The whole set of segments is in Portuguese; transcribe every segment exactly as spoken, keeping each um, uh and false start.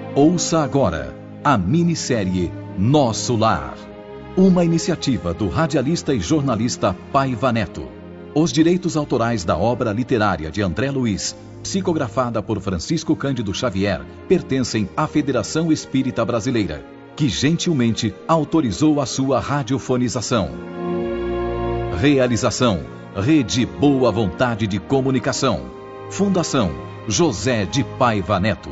Ouça agora a minissérie Nosso Lar, uma iniciativa do radialista e jornalista Paiva Neto. Os direitos autorais da obra literária de André Luiz, psicografada por Francisco Cândido Xavier, pertencem à Federação Espírita Brasileira, que gentilmente autorizou a sua radiofonização. Realização: Rede Boa Vontade de Comunicação. Fundação José de Paiva Neto.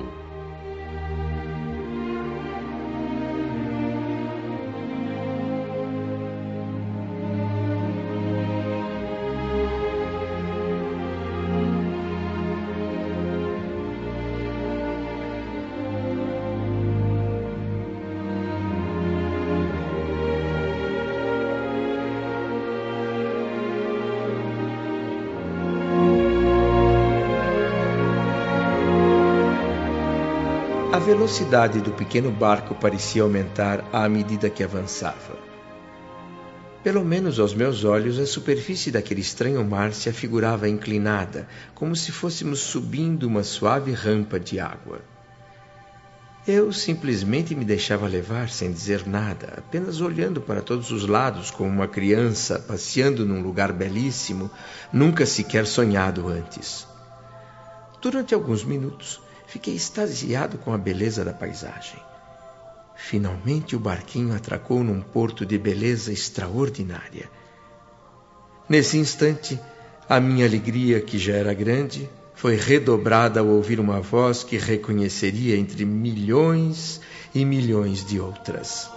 A velocidade do pequeno barco parecia aumentar à medida que avançava. Pelo menos aos meus olhos, a superfície daquele estranho mar se afigurava inclinada, como se fôssemos subindo uma suave rampa de água. Eu simplesmente me deixava levar sem dizer nada, apenas olhando para todos os lados como uma criança passeando num lugar belíssimo, nunca sequer sonhado antes. Durante alguns minutos, fiquei extasiado com a beleza da paisagem. Finalmente o barquinho atracou num porto de beleza extraordinária. Nesse instante, a minha alegria, que já era grande, foi redobrada ao ouvir uma voz que reconheceria entre milhões e milhões de outras.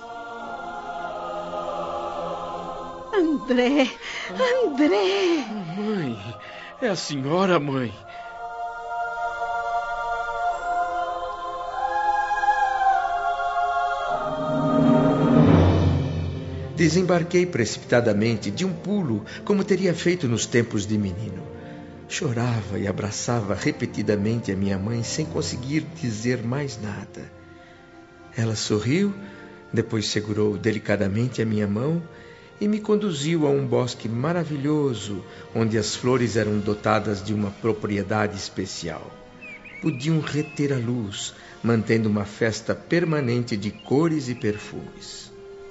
André! André! Mãe! É a senhora, mãe! Desembarquei precipitadamente, de um pulo, como teria feito nos tempos de menino. Chorava e abraçava repetidamente a minha mãe sem conseguir dizer mais nada. Ela sorriu, depois segurou delicadamente a minha mão e me conduziu a um bosque maravilhoso, onde as flores eram dotadas de uma propriedade especial. Podiam reter a luz, mantendo uma festa permanente de cores e perfumes.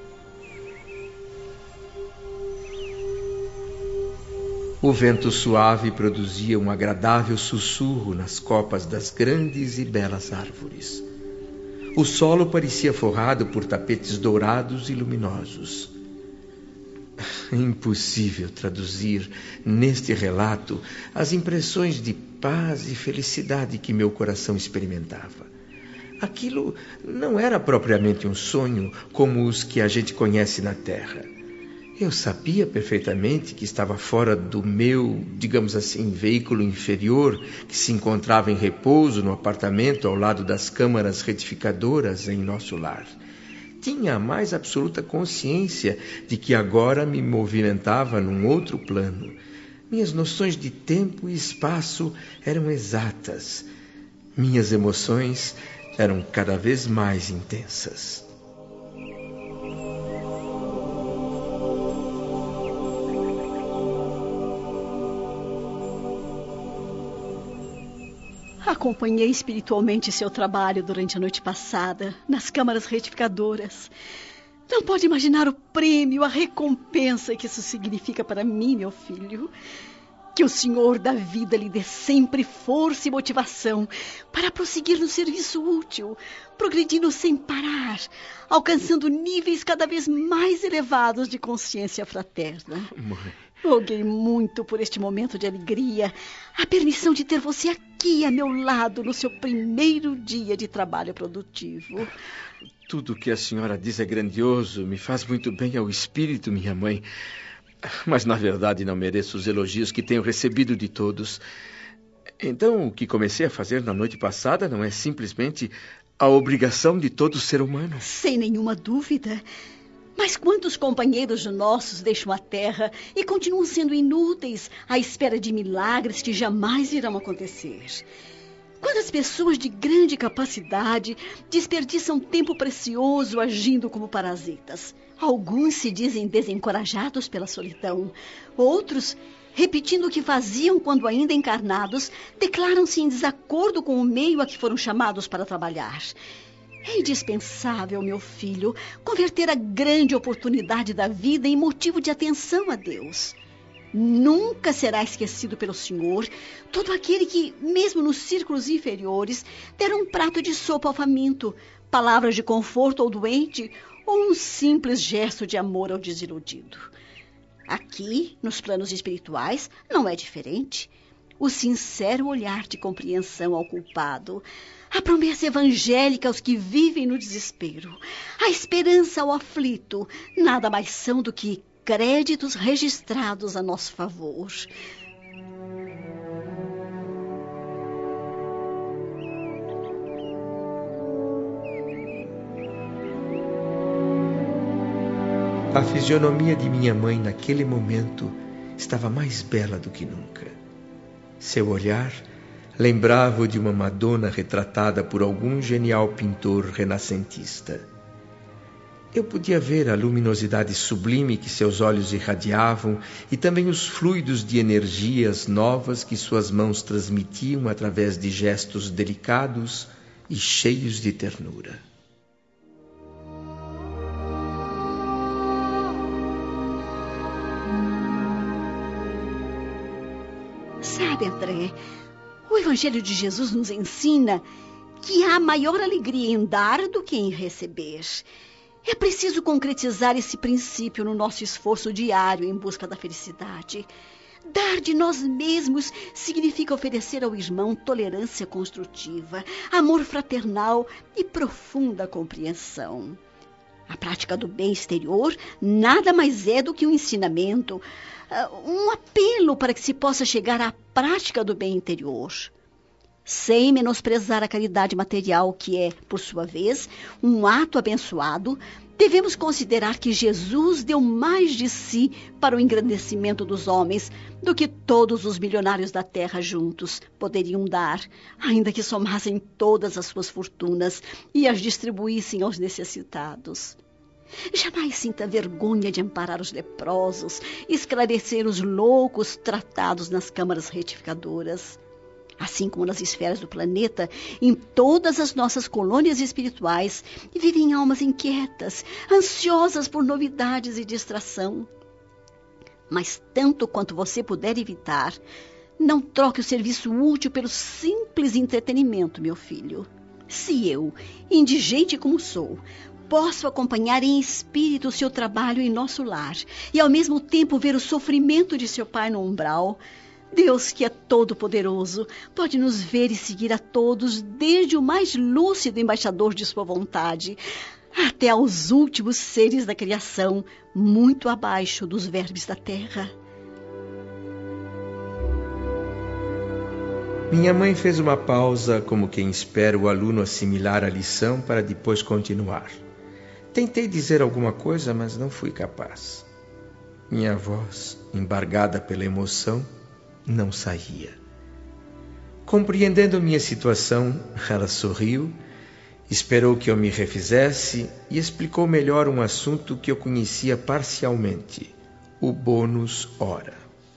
O vento suave produzia um agradável sussurro nas copas das grandes e belas árvores. O solo parecia forrado por tapetes dourados e luminosos. Impossível traduzir neste relato as impressões de paz e felicidade que meu coração experimentava. Aquilo não era propriamente um sonho como os que a gente conhece na Terra. Eu sabia perfeitamente que estava fora do meu, digamos assim, veículo inferior, que se encontrava em repouso no apartamento ao lado das câmaras retificadoras em nosso lar. Tinha a mais absoluta consciência de que agora me movimentava num outro plano. Minhas noções de tempo e espaço eram exatas. Minhas emoções eram cada vez mais intensas. Acompanhei espiritualmente seu trabalho durante a noite passada, nas câmaras retificadoras. Não pode imaginar o prêmio, a recompensa que isso significa para mim, meu filho. Que o Senhor da vida lhe dê sempre força e motivação para prosseguir no serviço útil, progredindo sem parar, alcançando níveis cada vez mais elevados de consciência fraterna. Mãe... Roguei muito por este momento de alegria, a permissão de ter você aqui a meu lado no seu primeiro dia de trabalho produtivo. Tudo o que a senhora diz é grandioso, me faz muito bem ao espírito, minha mãe. Mas, na verdade, não mereço os elogios que tenho recebido de todos. Então, o que comecei a fazer na noite passada não é simplesmente a obrigação de todo ser humano? Sem nenhuma dúvida. Mas quantos companheiros nossos deixam a terra e continuam sendo inúteis à espera de milagres que jamais irão acontecer? Quantas pessoas de grande capacidade desperdiçam tempo precioso agindo como parasitas? Alguns se dizem desencorajados pela solidão. Outros, repetindo o que faziam quando ainda encarnados, declaram-se em desacordo com o meio a que foram chamados para trabalhar. É indispensável, meu filho, converter a grande oportunidade da vida em motivo de atenção a Deus. Nunca será esquecido pelo Senhor todo aquele que, mesmo nos círculos inferiores, der um prato de sopa ao faminto, palavras de conforto ao doente ou um simples gesto de amor ao desiludido. Aqui, nos planos espirituais, não é diferente. O sincero olhar de compreensão ao culpado, a promessa evangélica aos que vivem no desespero, a esperança ao aflito, nada mais são do que créditos registrados a nosso favor. A fisionomia de minha mãe naquele momento estava mais bela do que nunca. Seu olhar lembrava-o de uma Madonna retratada por algum genial pintor renascentista. Eu podia ver a luminosidade sublime que seus olhos irradiavam e também os fluidos de energias novas que suas mãos transmitiam através de gestos delicados e cheios de ternura. Sabe, André, o Evangelho de Jesus nos ensina que há maior alegria em dar do que em receber. É preciso concretizar esse princípio no nosso esforço diário em busca da felicidade. Dar de nós mesmos significa oferecer ao irmão tolerância construtiva, amor fraternal e profunda compreensão. A prática do bem exterior nada mais é do que um ensinamento, um apelo para que se possa chegar à prática do bem interior. Sem menosprezar a caridade material, que é, por sua vez, um ato abençoado, devemos considerar que Jesus deu mais de si para o engrandecimento dos homens do que todos os milionários da terra juntos poderiam dar, ainda que somassem todas as suas fortunas e as distribuíssem aos necessitados. Jamais sinta vergonha de amparar os leprosos, esclarecer os loucos tratados nas câmaras retificadoras. Assim como nas esferas do planeta, em todas as nossas colônias espirituais, vivem almas inquietas, ansiosas por novidades e distração. Mas tanto quanto você puder evitar, não troque o serviço útil pelo simples entretenimento, meu filho. Se eu, indigente como sou, posso acompanhar em espírito o seu trabalho em nosso lar e, ao mesmo tempo, ver o sofrimento de seu pai no umbral, Deus, que é todo-poderoso, pode nos ver e seguir a todos, desde o mais lúcido embaixador de sua vontade, até aos últimos seres da criação, muito abaixo dos vermes da terra. Minha mãe fez uma pausa, como quem espera o aluno assimilar a lição para depois continuar. Tentei dizer alguma coisa, mas não fui capaz. Minha voz, embargada pela emoção, não saía. Compreendendo minha situação, ela sorriu, esperou que eu me refizesse e explicou melhor um assunto que eu conhecia parcialmente, o bônus hora.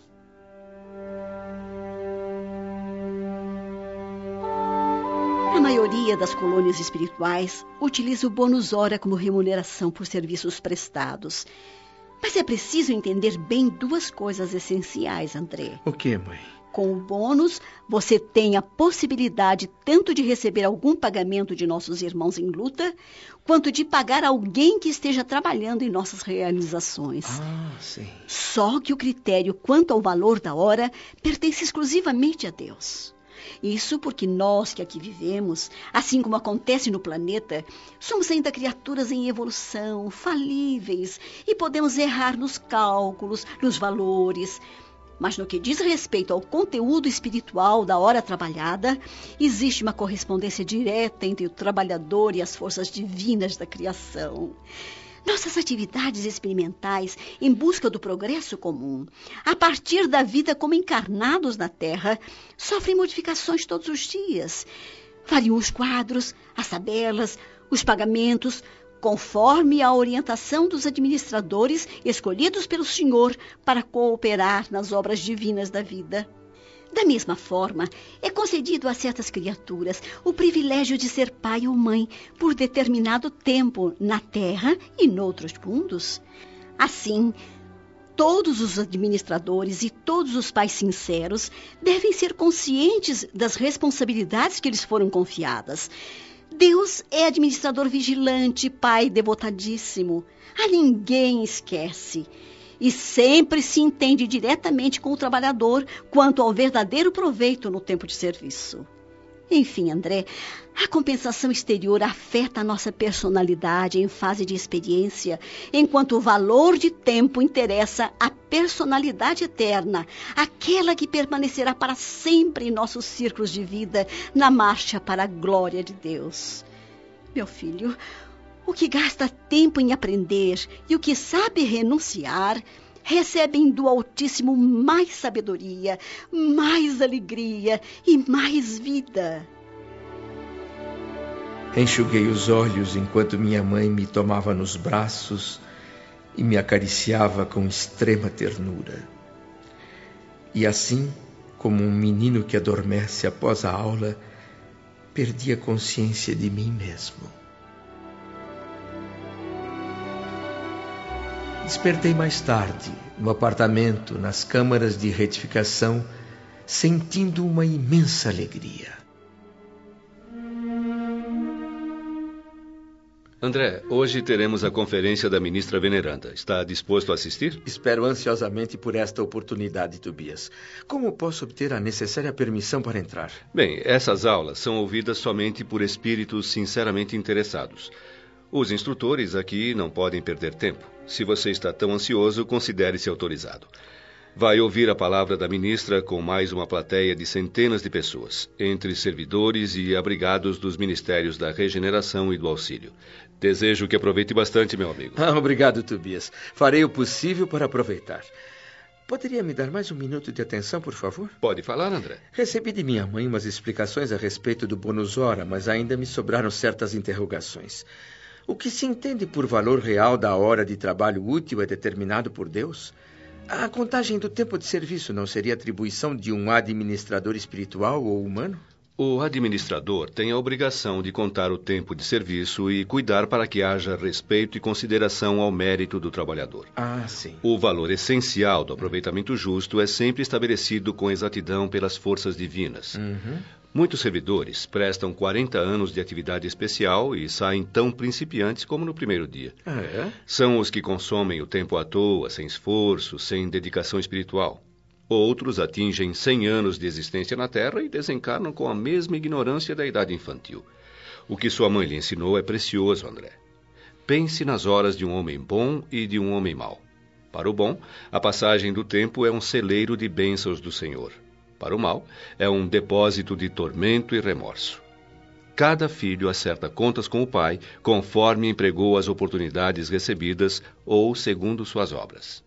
A maioria das colônias espirituais utiliza o bônus hora como remuneração por serviços prestados. Mas é preciso entender bem duas coisas essenciais, André. O que, mãe? Com o bônus, você tem a possibilidade tanto de receber algum pagamento de nossos irmãos em luta, quanto de pagar alguém que esteja trabalhando em nossas realizações. Ah, sim. Só que o critério quanto ao valor da hora pertence exclusivamente a Deus. Isso porque nós que aqui vivemos, assim como acontece no planeta, somos ainda criaturas em evolução, falíveis, e podemos errar nos cálculos, nos valores. Mas no que diz respeito ao conteúdo espiritual da hora trabalhada, existe uma correspondência direta entre o trabalhador e as forças divinas da criação. Nossas atividades experimentais em busca do progresso comum, a partir da vida como encarnados na Terra, sofrem modificações todos os dias. Variam os quadros, as tabelas, os pagamentos, conforme a orientação dos administradores escolhidos pelo Senhor para cooperar nas obras divinas da vida. Da mesma forma, é concedido a certas criaturas o privilégio de ser pai ou mãe por determinado tempo na Terra e noutros mundos. Assim, todos os administradores e todos os pais sinceros devem ser conscientes das responsabilidades que lhes foram confiadas. Deus é administrador vigilante, pai devotadíssimo. A ninguém esquece. E sempre se entende diretamente com o trabalhador quanto ao verdadeiro proveito no tempo de serviço. Enfim, André, a compensação exterior afeta a nossa personalidade em fase de experiência, enquanto o valor de tempo interessa a personalidade eterna, aquela que permanecerá para sempre em nossos círculos de vida, na marcha para a glória de Deus. Meu filho, o que gasta tempo em aprender e o que sabe renunciar, recebem do Altíssimo mais sabedoria, mais alegria e mais vida. Enxuguei os olhos enquanto minha mãe me tomava nos braços e me acariciava com extrema ternura. E assim, como um menino que adormece após a aula, perdi a consciência de mim mesmo. Despertei mais tarde, no apartamento, nas câmaras de retificação, sentindo uma imensa alegria. André, hoje teremos a conferência da ministra veneranda. Está disposto a assistir? Espero ansiosamente por esta oportunidade, Tobias. Como posso obter a necessária permissão para entrar? Bem, essas aulas são ouvidas somente por espíritos sinceramente interessados. Os instrutores aqui não podem perder tempo. Se você está tão ansioso, considere-se autorizado. Vai ouvir a palavra da ministra com mais uma plateia de centenas de pessoas, entre servidores e abrigados dos Ministérios da Regeneração e do Auxílio. Desejo que aproveite bastante, meu amigo. Ah, obrigado, Tobias. Farei o possível para aproveitar. Poderia me dar mais um minuto de atenção, por favor? Pode falar, André. Recebi de minha mãe umas explicações a respeito do bônus hora, mas ainda me sobraram certas interrogações. O que se entende por valor real da hora de trabalho útil é determinado por Deus? A contagem do tempo de serviço não seria atribuição de um administrador espiritual ou humano? O administrador tem a obrigação de contar o tempo de serviço e cuidar para que haja respeito e consideração ao mérito do trabalhador. Ah, sim. O valor essencial do aproveitamento justo é sempre estabelecido com exatidão pelas forças divinas. Uhum. Muitos servidores prestam quarenta anos de atividade especial e saem tão principiantes como no primeiro dia. Ah, é? São os que consomem o tempo à toa, sem esforço, sem dedicação espiritual. Outros atingem cem anos de existência na Terra e desencarnam com a mesma ignorância da idade infantil. O que sua mãe lhe ensinou é precioso, André. Pense nas horas de um homem bom e de um homem mau. Para o bom, a passagem do tempo é um celeiro de bênçãos do Senhor. Para o mal, é um depósito de tormento e remorso. Cada filho acerta contas com o pai, conforme empregou as oportunidades recebidas ou segundo suas obras.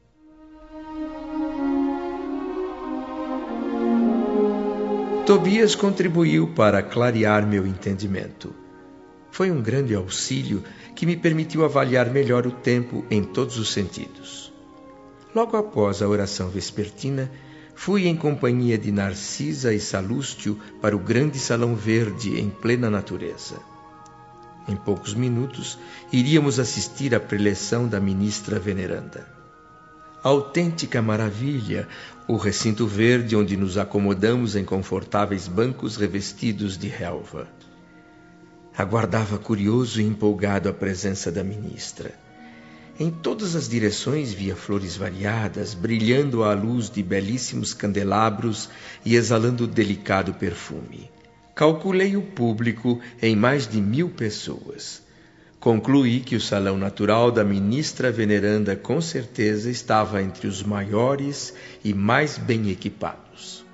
Tobias contribuiu para clarear meu entendimento. Foi um grande auxílio que me permitiu avaliar melhor o tempo em todos os sentidos. Logo após a oração vespertina, fui em companhia de Narcisa e Salústio para o grande salão verde em plena natureza. Em poucos minutos, iríamos assistir à preleção da ministra veneranda. Autêntica maravilha, o recinto verde onde nos acomodamos em confortáveis bancos revestidos de relva. Aguardava curioso e empolgado a presença da ministra. Em todas as direções via flores variadas, brilhando à luz de belíssimos candelabros e exalando delicado perfume. Calculei o público em mais de mil pessoas. Concluí que o salão natural da ministra veneranda com certeza estava entre os maiores e mais bem equipados.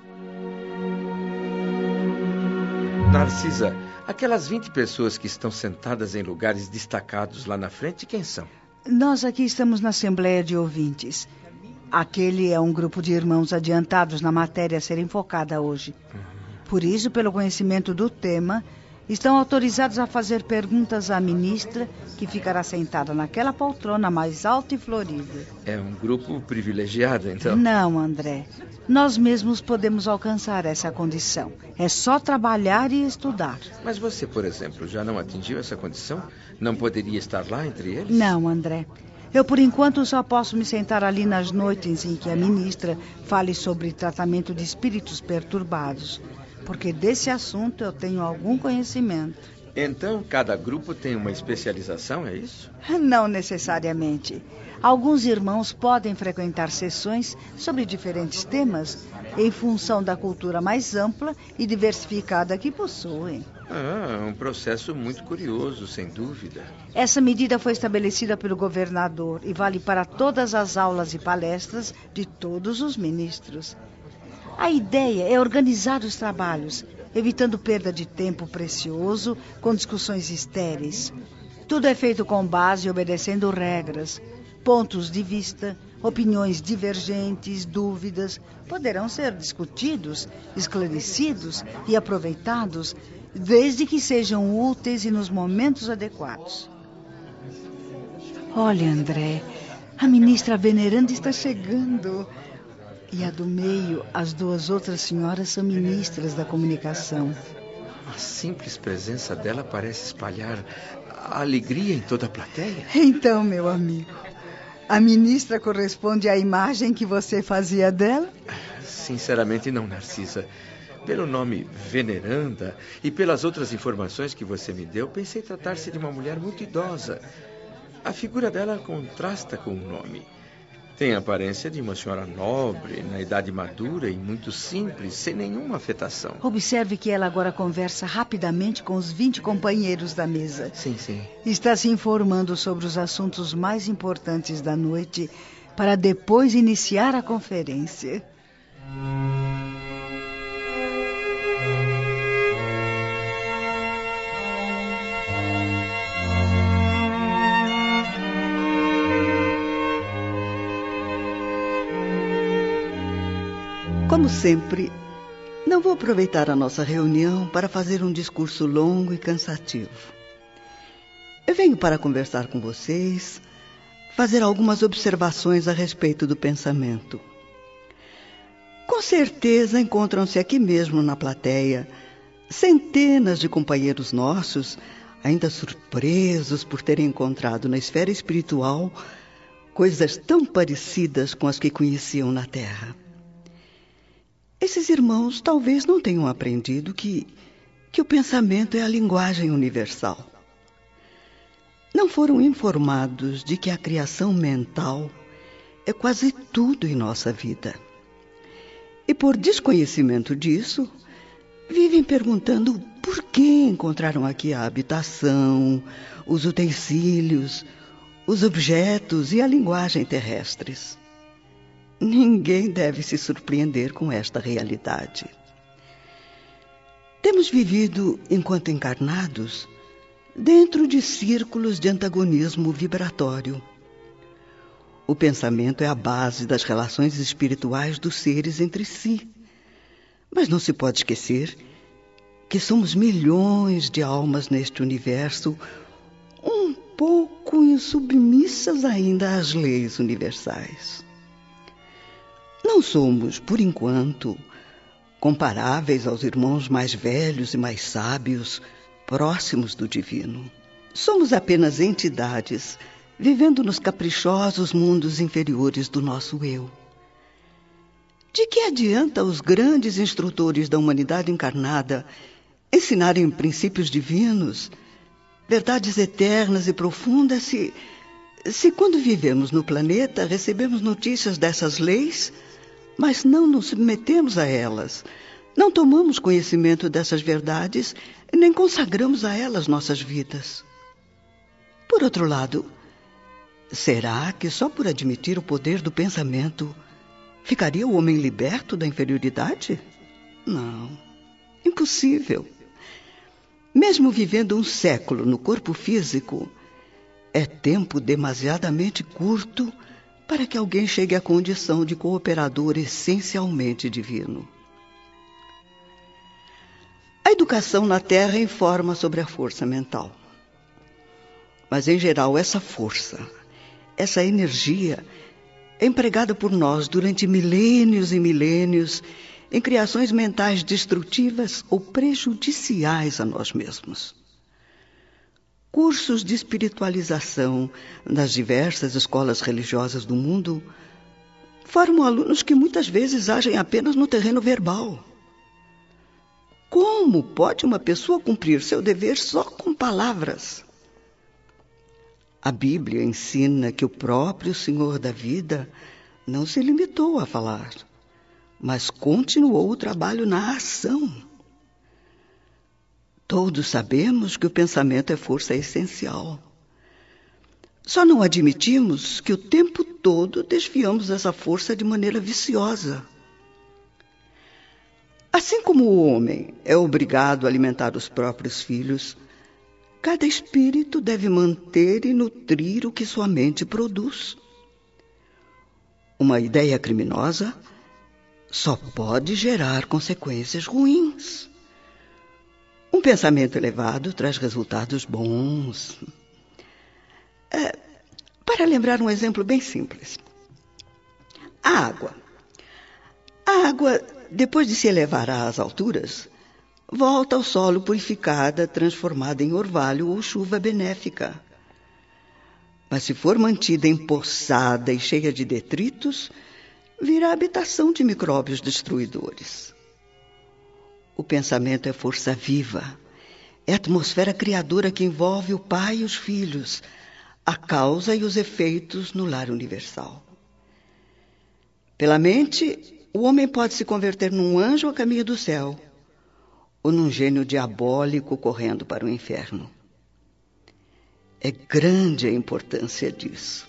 Narcisa, aquelas vinte pessoas que estão sentadas em lugares destacados lá na frente, quem são? Nós aqui estamos na Assembleia de Ouvintes. Aquele é um grupo de irmãos adiantados na matéria a ser enfocada hoje. Por isso, pelo conhecimento do tema, Estão autorizados a fazer perguntas à ministra, que ficará sentada naquela poltrona mais alta e florida. É um grupo privilegiado, então? Não, André. Nós mesmos podemos alcançar essa condição. É só trabalhar e estudar. Mas você, por exemplo, já não atingiu essa condição? Não poderia estar lá entre eles? Não, André. Eu, por enquanto, só posso me sentar ali nas noites em que a ministra fale sobre tratamento de espíritos perturbados, porque desse assunto eu tenho algum conhecimento. Então, cada grupo tem uma especialização, é isso? Não necessariamente. Alguns irmãos podem frequentar sessões sobre diferentes temas em função da cultura mais ampla e diversificada que possuem. Ah, um processo muito curioso, sem dúvida. Essa medida foi estabelecida pelo governador e vale para todas as aulas e palestras de todos os ministros. A ideia é organizar os trabalhos, evitando perda de tempo precioso com discussões estéreis. Tudo é feito com base e obedecendo regras. Pontos de vista, opiniões divergentes, dúvidas, poderão ser discutidos, esclarecidos e aproveitados, desde que sejam úteis e nos momentos adequados. Olha, André, a ministra veneranda está chegando. E a do meio, as duas outras senhoras são ministras da comunicação. A simples presença dela parece espalhar a alegria em toda a plateia. Então, meu amigo, a ministra corresponde à imagem que você fazia dela? Sinceramente não, Narcisa. Pelo nome veneranda e pelas outras informações que você me deu, pensei tratar-se de uma mulher muito idosa. A figura dela contrasta com o nome. Tem a aparência de uma senhora nobre, na idade madura e muito simples, sem nenhuma afetação. Observe que ela agora conversa rapidamente com os vinte companheiros da mesa. Sim, sim. Está se informando sobre os assuntos mais importantes da noite para depois iniciar a conferência. Como sempre, não vou aproveitar a nossa reunião para fazer um discurso longo e cansativo. Eu venho para conversar com vocês, fazer algumas observações a respeito do pensamento. Com certeza encontram-se aqui mesmo na plateia centenas de companheiros nossos, ainda surpresos por terem encontrado na esfera espiritual coisas tão parecidas com as que conheciam na Terra. Esses irmãos talvez não tenham aprendido que, que o pensamento é a linguagem universal. Não foram informados de que a criação mental é quase tudo em nossa vida. E por desconhecimento disso, vivem perguntando por que encontraram aqui a habitação, os utensílios, os objetos e a linguagem terrestres. Ninguém deve se surpreender com esta realidade. Temos vivido, enquanto encarnados, dentro de círculos de antagonismo vibratório. O pensamento é a base das relações espirituais dos seres entre si. Mas não se pode esquecer que somos milhões de almas neste universo, um pouco insubmissas ainda às leis universais. Não somos, por enquanto, comparáveis aos irmãos mais velhos e mais sábios, próximos do divino. Somos apenas entidades vivendo nos caprichosos mundos inferiores do nosso eu. De que adianta os grandes instrutores da humanidade encarnada ensinarem princípios divinos, verdades eternas e profundas, se, se quando vivemos no planeta recebemos notícias dessas leis, mas não nos submetemos a elas, não tomamos conhecimento dessas verdades e nem consagramos a elas nossas vidas? Por outro lado, será que só por admitir o poder do pensamento ficaria o homem liberto da inferioridade? Não, impossível. Mesmo vivendo um século no corpo físico, é tempo demasiadamente curto para que alguém chegue à condição de cooperador essencialmente divino. A educação na Terra informa sobre a força mental. Mas, em geral, essa força, essa energia, é empregada por nós durante milênios e milênios em criações mentais destrutivas ou prejudiciais a nós mesmos. Cursos de espiritualização nas diversas escolas religiosas do mundo formam alunos que muitas vezes agem apenas no terreno verbal. Como pode uma pessoa cumprir seu dever só com palavras? A Bíblia ensina que o próprio Senhor da vida não se limitou a falar, mas continuou o trabalho na ação. Todos sabemos que o pensamento é força essencial. Só não admitimos que o tempo todo desviamos essa força de maneira viciosa. Assim como o homem é obrigado a alimentar os próprios filhos, cada espírito deve manter e nutrir o que sua mente produz. Uma ideia criminosa só pode gerar consequências ruins. Um pensamento elevado traz resultados bons. É, para lembrar um exemplo bem simples. A água. A água, depois de se elevar às alturas, volta ao solo purificada, transformada em orvalho ou chuva benéfica. Mas se for mantida empoçada e cheia de detritos, virá habitação de micróbios destruidores. O pensamento é força viva, é a atmosfera criadora que envolve o pai e os filhos, a causa e os efeitos no lar universal. Pela mente, o homem pode se converter num anjo a caminho do céu, ou num gênio diabólico correndo para o inferno. É grande a importância disso.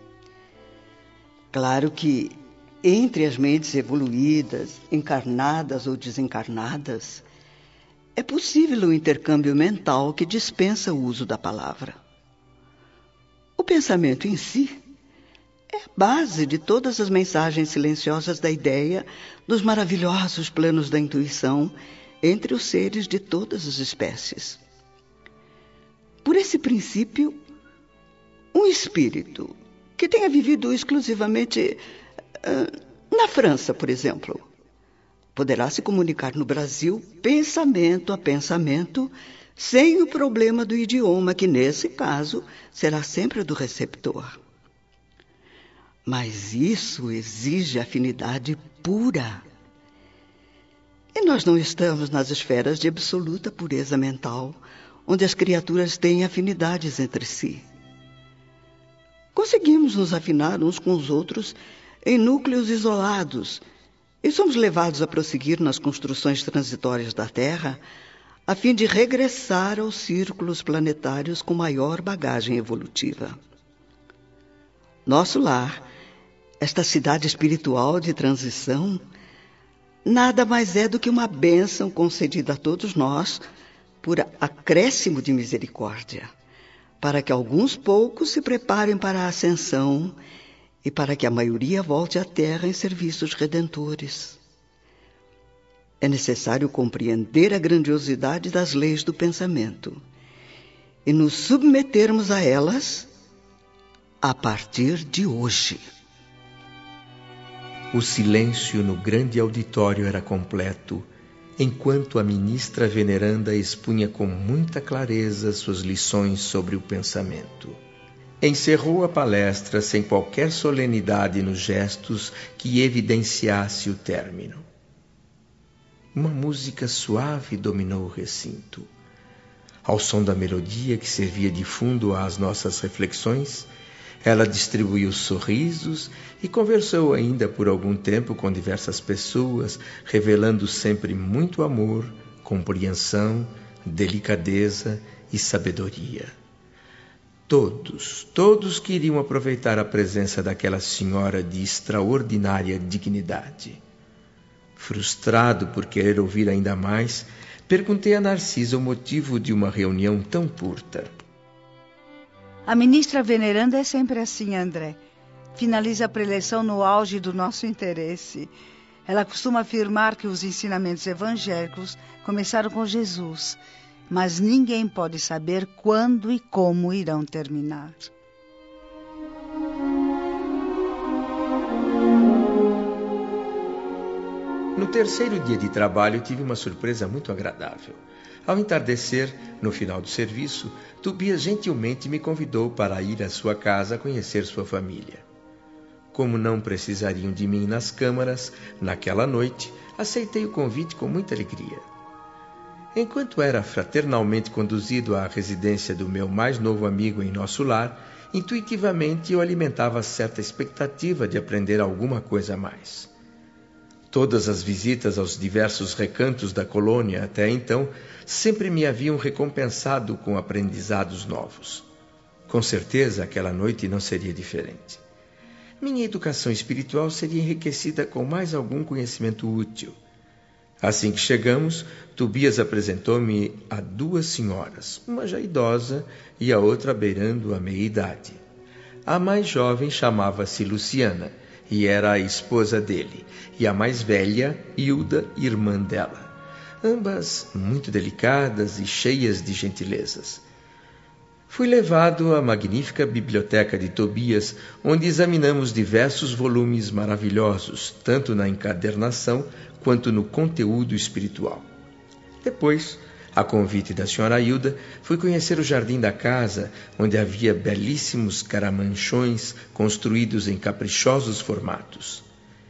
Claro que, entre as mentes evoluídas, encarnadas ou desencarnadas, é possível o intercâmbio mental que dispensa o uso da palavra. O pensamento em si é a base de todas as mensagens silenciosas da ideia, dos maravilhosos planos da intuição entre os seres de todas as espécies. Por esse princípio, um espírito que tenha vivido exclusivamente uh, na França, por exemplo, poderá se comunicar no Brasil pensamento a pensamento, sem o problema do idioma, que nesse caso será sempre do receptor. Mas isso exige afinidade pura. E nós não estamos nas esferas de absoluta pureza mental, onde as criaturas têm afinidades entre si. Conseguimos nos afinar uns com os outros em núcleos isolados e somos levados a prosseguir nas construções transitórias da Terra a fim de regressar aos círculos planetários com maior bagagem evolutiva. Nosso lar, esta cidade espiritual de transição, nada mais é do que uma bênção concedida a todos nós por acréscimo de misericórdia, para que alguns poucos se preparem para a ascensão e para que a maioria volte à Terra em serviços redentores. É necessário compreender a grandiosidade das leis do pensamento e nos submetermos a elas a partir de hoje. O silêncio no grande auditório era completo, enquanto a ministra veneranda expunha com muita clareza suas lições sobre o pensamento. Encerrou a palestra sem qualquer solenidade nos gestos que evidenciasse o término. Uma música suave dominou o recinto. Ao som da melodia que servia de fundo às nossas reflexões, ela distribuiu sorrisos e conversou ainda por algum tempo com diversas pessoas, revelando sempre muito amor, compreensão, delicadeza e sabedoria. Todos, todos queriam aproveitar a presença daquela senhora de extraordinária dignidade. Frustrado por querer ouvir ainda mais, perguntei a Narcisa o motivo de uma reunião tão curta. A ministra veneranda é sempre assim, André. Finaliza a preleção no auge do nosso interesse. Ela costuma afirmar que os ensinamentos evangélicos começaram com Jesus, mas ninguém pode saber quando e como irão terminar. No terceiro dia de trabalho, tive uma surpresa muito agradável. Ao entardecer, no final do serviço, Tobias gentilmente me convidou para ir à sua casa conhecer sua família. Como não precisariam de mim nas câmaras, naquela noite, aceitei o convite com muita alegria. Enquanto era fraternalmente conduzido à residência do meu mais novo amigo em nosso lar, intuitivamente eu alimentava certa expectativa de aprender alguma coisa a mais. Todas as visitas aos diversos recantos da colônia até então sempre me haviam recompensado com aprendizados novos. Com certeza aquela noite não seria diferente. Minha educação espiritual seria enriquecida com mais algum conhecimento útil. Assim que chegamos, Tobias apresentou-me a duas senhoras, uma já idosa e a outra beirando a meia-idade. A mais jovem chamava-se Luciana e era a esposa dele, e a mais velha, Hilda, irmã dela. Ambas muito delicadas e cheias de gentilezas. Fui levado à magnífica biblioteca de Tobias, onde examinamos diversos volumes maravilhosos, tanto na encadernação quanto no conteúdo espiritual. Depois, a convite da senhora Hilda, fui conhecer o jardim da casa, onde havia belíssimos caramanchões construídos em caprichosos formatos.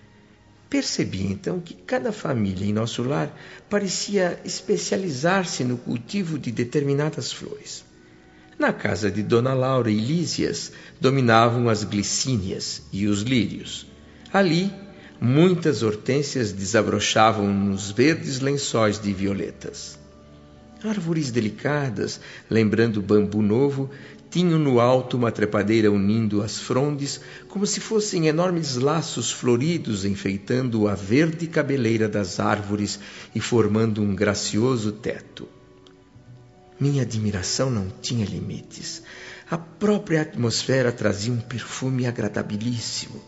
Percebi então que cada família em nosso lar parecia especializar-se no cultivo de determinadas flores. Na casa de Dona Laura e Lísias dominavam as glicínias e os lírios. Ali, muitas hortênsias desabrochavam nos verdes lençóis de violetas. Árvores delicadas, lembrando bambu novo, tinham no alto uma trepadeira unindo as frondes como se fossem enormes laços floridos enfeitando a verde cabeleira das árvores e formando um gracioso teto. Minha admiração não tinha limites. A própria atmosfera trazia um perfume agradabilíssimo.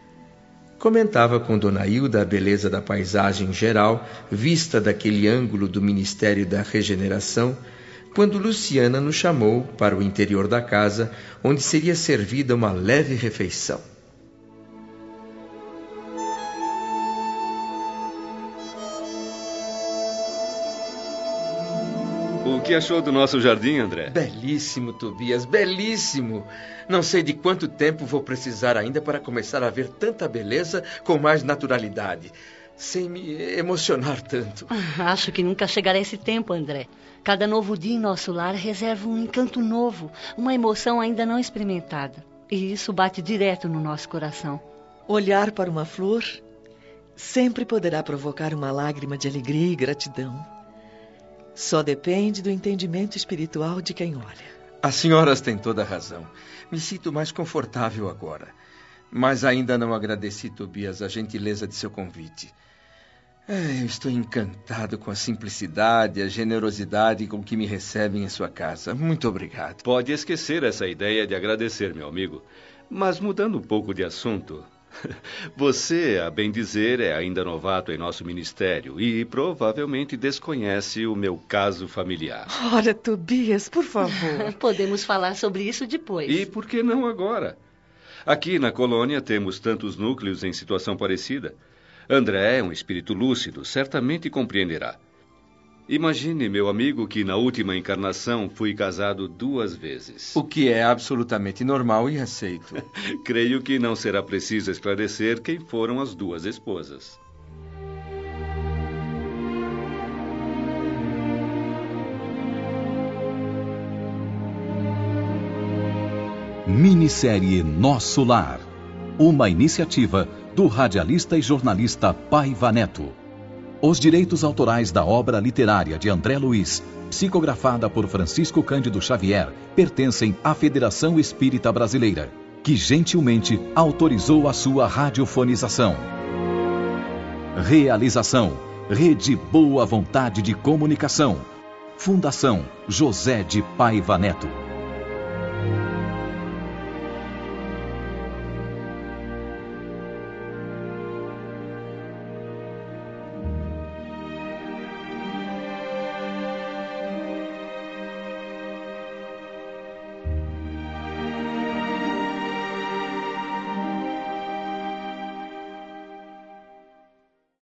Comentava com Dona Hilda a beleza da paisagem geral, vista daquele ângulo do Ministério da Regeneração, quando Luciana nos chamou para o interior da casa, onde seria servida uma leve refeição. O que achou do nosso jardim, André? Belíssimo, Tobias, belíssimo! Não sei de quanto tempo vou precisar ainda para começar a ver tanta beleza com mais naturalidade, sem me emocionar tanto. Acho que nunca chegará esse tempo, André. Cada novo dia em nosso lar reserva um encanto novo, uma emoção ainda não experimentada. E isso bate direto no nosso coração. Olhar para uma flor sempre poderá provocar uma lágrima de alegria e gratidão. Só depende do entendimento espiritual de quem olha. As senhoras têm toda a razão. Me sinto mais confortável agora. Mas ainda não agradeci, Tobias, a gentileza de seu convite. É, eu estou encantado com a simplicidade e a generosidade com que me recebem em sua casa. Muito obrigado. Pode esquecer essa ideia de agradecer, meu amigo. Mas mudando um pouco de assunto... Você, a bem dizer, é ainda novato em nosso ministério e provavelmente desconhece o meu caso familiar. Ora, Tobias, por favor. Podemos falar sobre isso depois. E por que não agora? Aqui na colônia temos tantos núcleos em situação parecida. André é um espírito lúcido, certamente compreenderá. Imagine, meu amigo, que na última encarnação fui casado duas vezes. O que é absolutamente normal e aceito. Creio que não será preciso esclarecer quem foram as duas esposas. Minissérie Nosso Lar. Uma iniciativa do radialista e jornalista Paiva Neto. Os direitos autorais da obra literária de André Luiz, psicografada por Francisco Cândido Xavier, pertencem à Federação Espírita Brasileira, que gentilmente autorizou a sua radiofonização. Realização: Rede Boa Vontade de Comunicação. Fundação José de Paiva Neto.